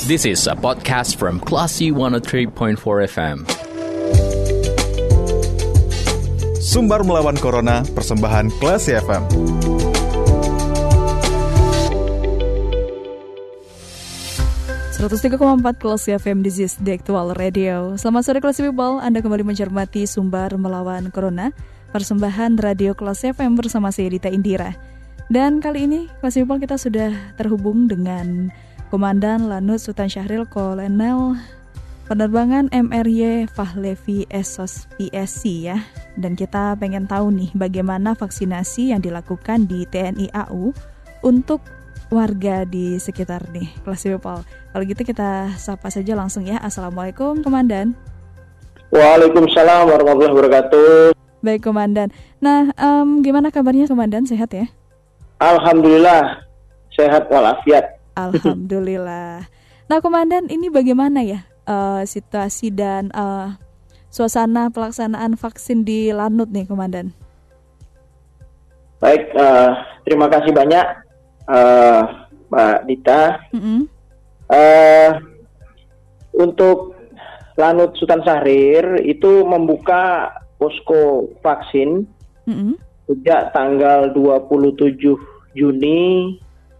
This is a podcast from Classy 103.4 FM. Sumbar melawan Corona, persembahan Classy FM. Classy FM, this is the actual radio. Selamat sore Classy People, Anda kembali mencermati Sumbar melawan Corona, persembahan radio Classy FM bersama saya Dita Indira. Dan kali ini Classy People kita sudah terhubung dengan Komandan Lanut Sultan Syahril Kolonel Penerbangan MRY Fahlevi Esos PSC ya. Dan kita pengen tahu nih bagaimana vaksinasi yang dilakukan di TNI AU untuk warga di sekitar nih Classy People. Kalau gitu kita sapa saja langsung ya. Assalamualaikum Komandan. Waalaikumsalam warahmatullahi wabarakatuh. Baik Komandan. Nah gimana kabarnya Komandan, sehat ya? Alhamdulillah sehat walafiat. Alhamdulillah. Nah Komandan, ini bagaimana ya situasi dan suasana pelaksanaan vaksin di Lanut nih Komandan? Baik, terima kasih banyak Mbak Dita. Untuk Lanut Sultan Syahrir itu membuka posko vaksin sejak tanggal 27 Juni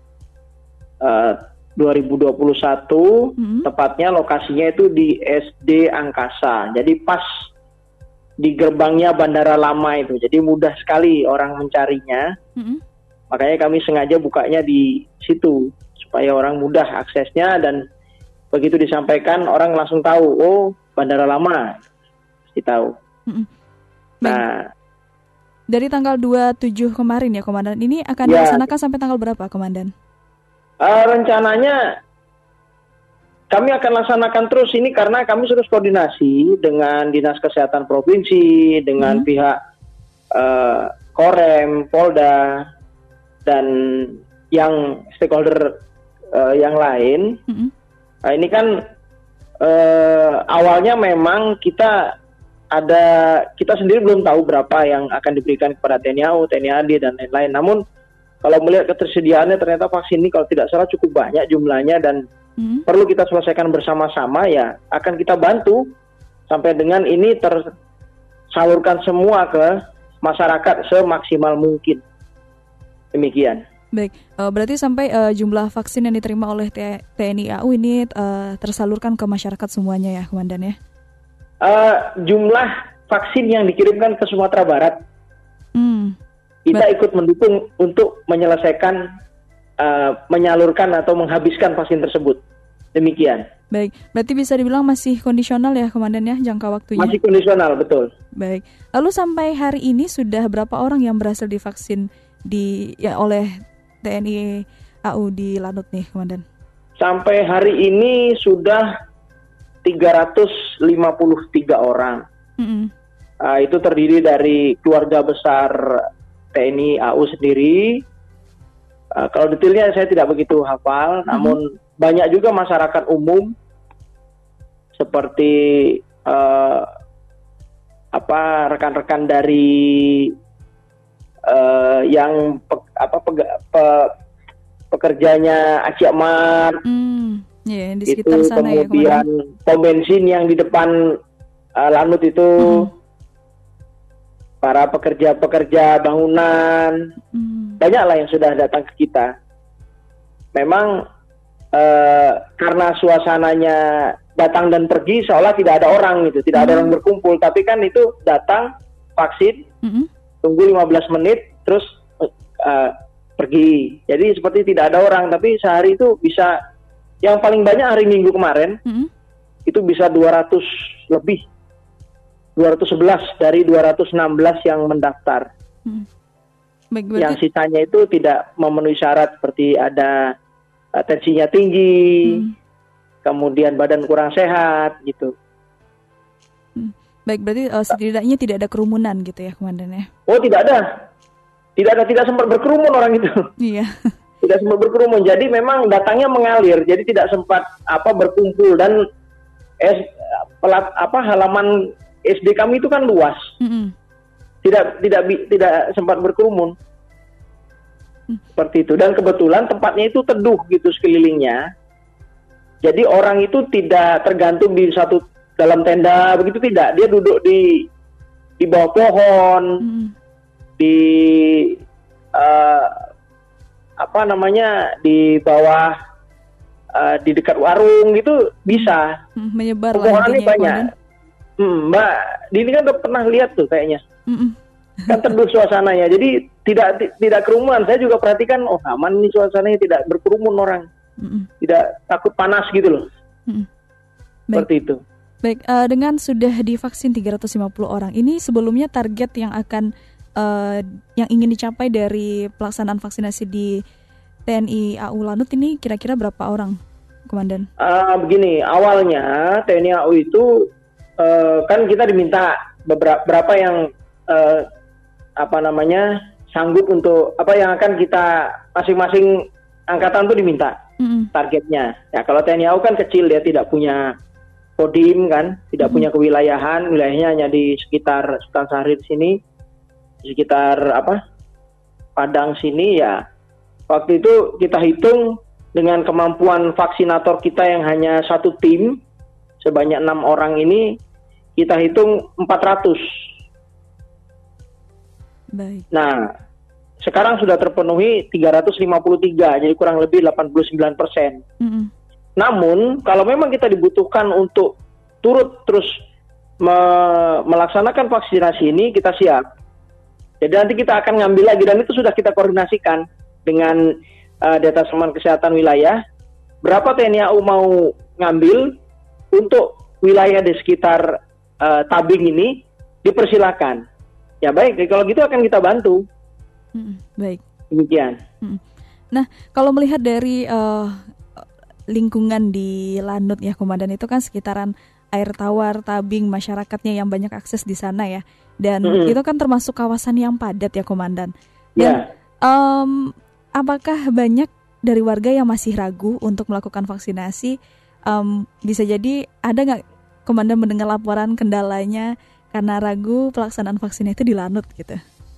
2021, tepatnya lokasinya itu di SD Angkasa. Jadi pas di gerbangnya Bandara Lama itu, jadi mudah sekali orang mencarinya. Makanya kami sengaja bukanya di situ supaya orang mudah aksesnya, dan begitu disampaikan orang langsung tahu, oh Bandara Lama, pasti tahu. Nah, dari tanggal 27 kemarin ya Komandan, ini akan dilaksanakan sampai tanggal berapa Komandan? Rencananya kami akan laksanakan terus ini karena kami terus koordinasi dengan Dinas Kesehatan Provinsi, dengan pihak Korem, Polda, dan yang stakeholder yang lain. Nah, ini kan awalnya memang kita sendiri belum tahu berapa yang akan diberikan kepada TNI AU, TNI AD, dan lain-lain. Namun kalau melihat ketersediaannya, ternyata vaksin ini kalau tidak salah cukup banyak jumlahnya dan perlu kita selesaikan bersama-sama, ya akan kita bantu sampai dengan ini tersalurkan semua ke masyarakat semaksimal mungkin. Demikian. Baik, berarti sampai jumlah vaksin yang diterima oleh TNI AU ini tersalurkan ke masyarakat semuanya ya Komandan ya? Jumlah vaksin yang dikirimkan ke Sumatera Barat, kita ikut mendukung untuk menyelesaikan, menyalurkan atau menghabiskan vaksin tersebut. Demikian. Baik, berarti bisa dibilang masih kondisional ya Komandan ya jangka waktunya? Masih kondisional, betul. Baik, lalu sampai hari ini sudah berapa orang yang berhasil divaksin oleh TNI AU di Lanut nih Komandan? Sampai hari ini sudah 353 orang. Itu terdiri dari keluarga besar TNI AU sendiri. Kalau detailnya saya tidak begitu hafal, namun banyak juga masyarakat umum seperti rekan-rekan dari yang pekerjanya Aciakmar, di sekitar itu, sana kemudian ya, pom bensin yang di depan Lanut itu, para pekerja bangunan, banyaklah yang sudah datang ke kita. Memang karena suasananya datang dan pergi seolah tidak ada orang gitu, tidak ada orang berkumpul, tapi kan itu datang vaksin, tunggu 15 menit terus pergi. Jadi seperti tidak ada orang, tapi sehari itu bisa, yang paling banyak hari Minggu kemarin itu bisa 200 lebih, 211 dari 216 yang mendaftar. Baik, yang sisanya itu tidak memenuhi syarat seperti ada tensinya tinggi, kemudian badan kurang sehat gitu. Baik, berarti setidaknya tidak ada kerumunan gitu ya Komandan ya? Oh tidak ada, tidak sempat berkerumun orang itu. Iya. Tidak sempat berkerumun, jadi memang datangnya mengalir, jadi tidak sempat berkumpul, dan halaman SD kami itu kan luas, tidak sempat berkerumun. Seperti itu. Dan kebetulan tempatnya itu teduh gitu sekelilingnya. Jadi orang itu tidak tergantung di satu dalam tenda begitu, tidak. Dia duduk di bawah pohon, di di bawah di dekat warung gitu bisa. Menyebar pohonannya banyak. Mbak, ini kan udah pernah lihat tuh kayaknya. Kan teduh suasananya. Jadi tidak kerumunan. Saya juga perhatikan, aman nih suasananya, tidak berkerumun orang. Tidak takut panas gitu loh. Seperti itu. Baik, dengan sudah divaksin 350 orang, ini sebelumnya target yang akan yang ingin dicapai dari pelaksanaan vaksinasi di TNI AU Lanut ini kira-kira berapa orang, Komandan? Begini, awalnya TNI AU itu kan kita diminta beberapa yang sanggup untuk yang akan kita masing-masing angkatan tuh diminta targetnya. Ya kalau TNI AU kan kecil, dia tidak punya kodim kan, tidak punya kewilayahan, wilayahnya hanya di sekitar Sultan Syahrir sini, di sekitar Padang sini ya. Waktu itu kita hitung dengan kemampuan vaksinator kita yang hanya satu tim sebanyak 6 orang ini, kita hitung 400. Baik. Nah, sekarang sudah terpenuhi 353, jadi kurang lebih 89%. Namun, kalau memang kita dibutuhkan untuk turut terus melaksanakan vaksinasi ini, kita siap. Jadi nanti kita akan ngambil lagi, dan itu sudah kita koordinasikan dengan Detasmen Kesehatan Wilayah. Berapa TNI AU mau ngambil untuk wilayah di sekitar Tabing ini, dipersilakan. Ya baik, kalau gitu akan kita bantu. Baik. Demikian. Nah, kalau melihat dari lingkungan di Lanut ya, Komandan, itu kan sekitaran air tawar, Tabing, masyarakatnya yang banyak akses di sana ya. Dan itu kan termasuk kawasan yang padat ya, Komandan. Dan apakah banyak dari warga yang masih ragu untuk melakukan vaksinasi? Bisa jadi ada nggak, Komandan, mendengar laporan kendalanya karena ragu pelaksanaan vaksin itu di Lanut gitu?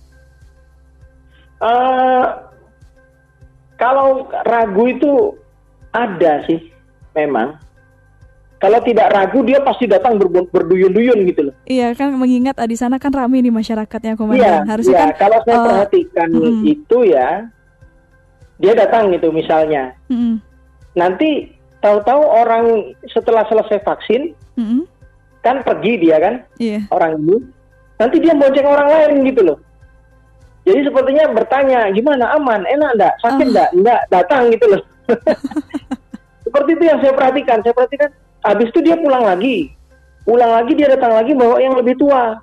Kalau ragu itu ada sih, memang. Kalau tidak ragu dia pasti datang berduyun-duyun gitu loh. Iya kan, mengingat di sana kan ramai nih masyarakatnya, Komandan. Harusnya kan kalau saya perhatikan itu ya, dia datang gitu misalnya. Nanti tahu-tahu orang setelah selesai vaksin kan pergi dia kan, orang ini. Nanti dia bonceng orang lain gitu loh. Jadi sepertinya bertanya, gimana, aman, enak enggak, sakit enggak, datang gitu loh. Seperti itu yang saya perhatikan. Habis itu dia pulang lagi dia datang lagi bawa yang lebih tua.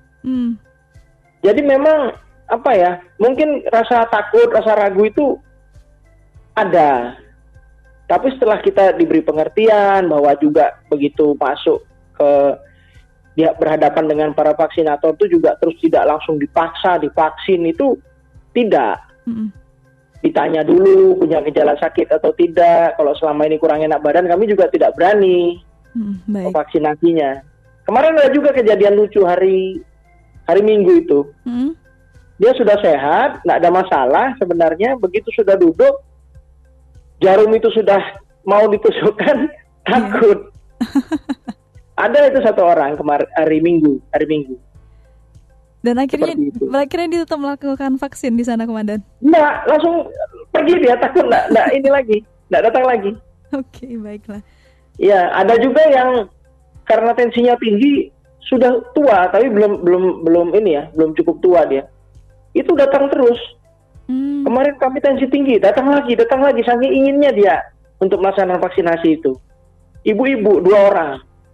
Jadi memang mungkin rasa takut, rasa ragu itu ada. Tapi setelah kita diberi pengertian bahwa juga begitu masuk ke dia berhadapan dengan para vaksinator itu juga terus tidak langsung dipaksa divaksin, itu tidak. Ditanya dulu punya gejala sakit atau tidak. Kalau selama ini kurang enak badan, kami juga tidak berani vaksinasinya. Kemarin ada juga kejadian lucu hari Minggu itu. Dia sudah sehat, nggak ada masalah sebenarnya. Begitu sudah duduk, jarum itu sudah mau ditusukkan, takut. Ada itu satu orang hari Minggu. Dan akhirnya dia tetap melakukan vaksin di sana, Komandan? Nggak, langsung pergi dia, takut nggak ini lagi, nggak datang lagi. Oke, baiklah. Ya, ada juga yang karena tensinya tinggi, sudah tua tapi belum cukup tua dia. Itu datang terus. Kemarin kami tensi tinggi, datang lagi, saking inginnya dia untuk melaksanakan vaksinasi itu. Ibu-ibu 2 orang.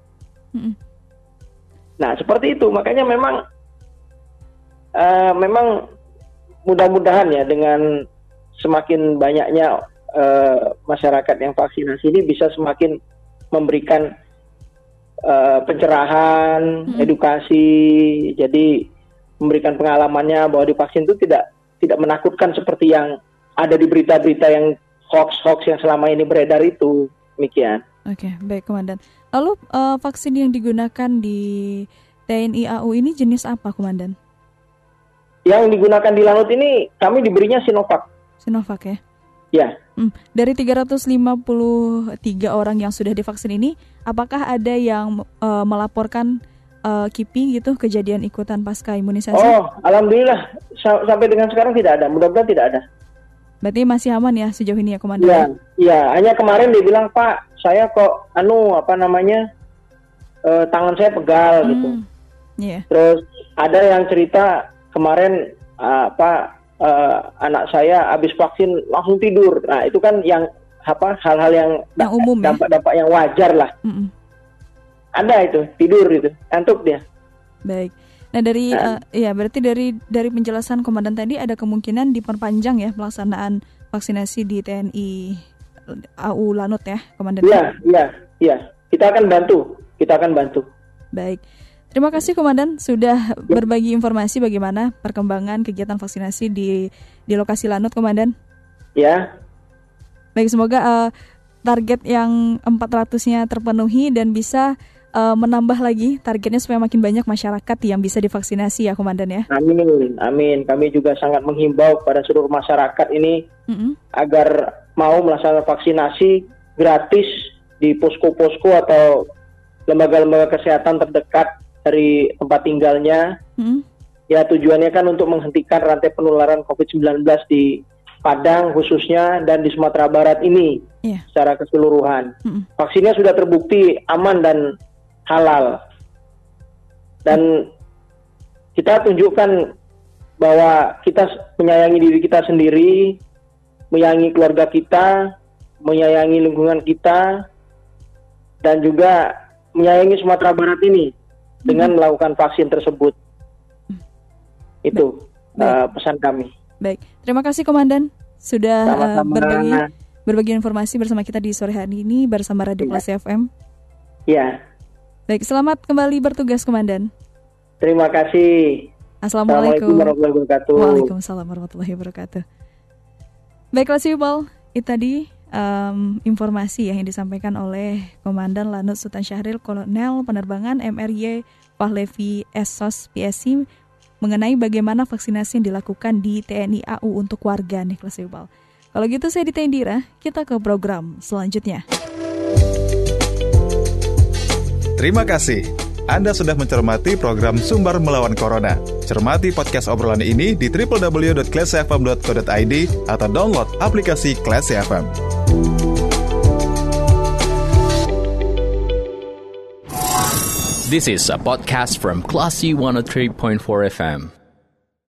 Nah, seperti itu. Makanya memang mudah-mudahan ya dengan semakin banyaknya masyarakat yang vaksinasi ini bisa semakin memberikan pencerahan, edukasi, jadi memberikan pengalamannya bahwa divaksin itu tidak menakutkan seperti yang ada di berita-berita yang hoax yang selama ini beredar itu. Demikian. Oke, baik, Komandan. Lalu vaksin yang digunakan di TNI AU ini jenis apa, Komandan? Yang digunakan di Lanut ini kami diberinya Sinovac. Sinovac ya? Ya. Dari 353 orang yang sudah divaksin ini, apakah ada yang melaporkan KIPI gitu, kejadian ikutan pasca imunisasi? Oh, alhamdulillah sampai dengan sekarang tidak ada. Mudah-mudahan tidak ada. Berarti masih aman ya sejauh ini ya, Komandan? Iya. Hanya kemarin dia bilang, Pak, saya kok tangan saya pegal gitu. Yeah. Terus ada yang cerita kemarin anak saya habis vaksin langsung tidur. Nah, itu kan yang hal-hal yang umum, dampak-dampak yang wajar lah. Ada itu, tidur itu, ngantuk dia. Baik. Nah, berarti dari penjelasan Komandan tadi ada kemungkinan diperpanjang ya pelaksanaan vaksinasi di TNI AU Lanut ya, Komandan? Iya. Kita akan bantu. Baik. Terima kasih Komandan sudah berbagi informasi bagaimana perkembangan kegiatan vaksinasi di lokasi Lanut, Komandan. Ya. Baik, semoga target yang 400-nya terpenuhi dan bisa menambah lagi targetnya supaya makin banyak masyarakat yang bisa divaksinasi ya, Komandan ya. Amin. Kami juga sangat menghimbau kepada seluruh masyarakat ini agar mau melaksanakan vaksinasi gratis di posko-posko atau lembaga-lembaga kesehatan terdekat dari tempat tinggalnya. Ya, tujuannya kan untuk menghentikan rantai penularan COVID-19 di Padang khususnya dan di Sumatera Barat ini secara keseluruhan. Vaksinnya sudah terbukti aman dan halal. Dan kita tunjukkan bahwa kita menyayangi diri kita sendiri, menyayangi keluarga kita, menyayangi lingkungan kita, dan juga menyayangi Sumatera Barat ini dengan melakukan vaksin tersebut. Itu pesan kami. Baik, terima kasih Komandan sudah berbagi informasi bersama kita di sore hari ini bersama Radio Klasi FM. Ya. Baik, selamat kembali bertugas Komandan. Terima kasih. Assalamualaikum warahmatullahi wabarakatuh. Waalaikumsalam warahmatullahi wabarakatuh. Baik, Klasi People, itu tadi informasi yang disampaikan oleh Komandan Lanut Sultan Syahril Kolonel Penerbangan MRY Pahlevi Esos PSC mengenai bagaimana vaksinasi yang dilakukan di TNI AU untuk warga nih, Klasi People. Kalau gitu saya Dita Indira, kita ke program selanjutnya. Terima kasih. Anda sudah mencermati program Sumber Melawan Corona. Cermati podcast obrolan ini di www.classyfm.co.id atau download aplikasi Classy FM. This is a podcast from Classy 103.4 FM.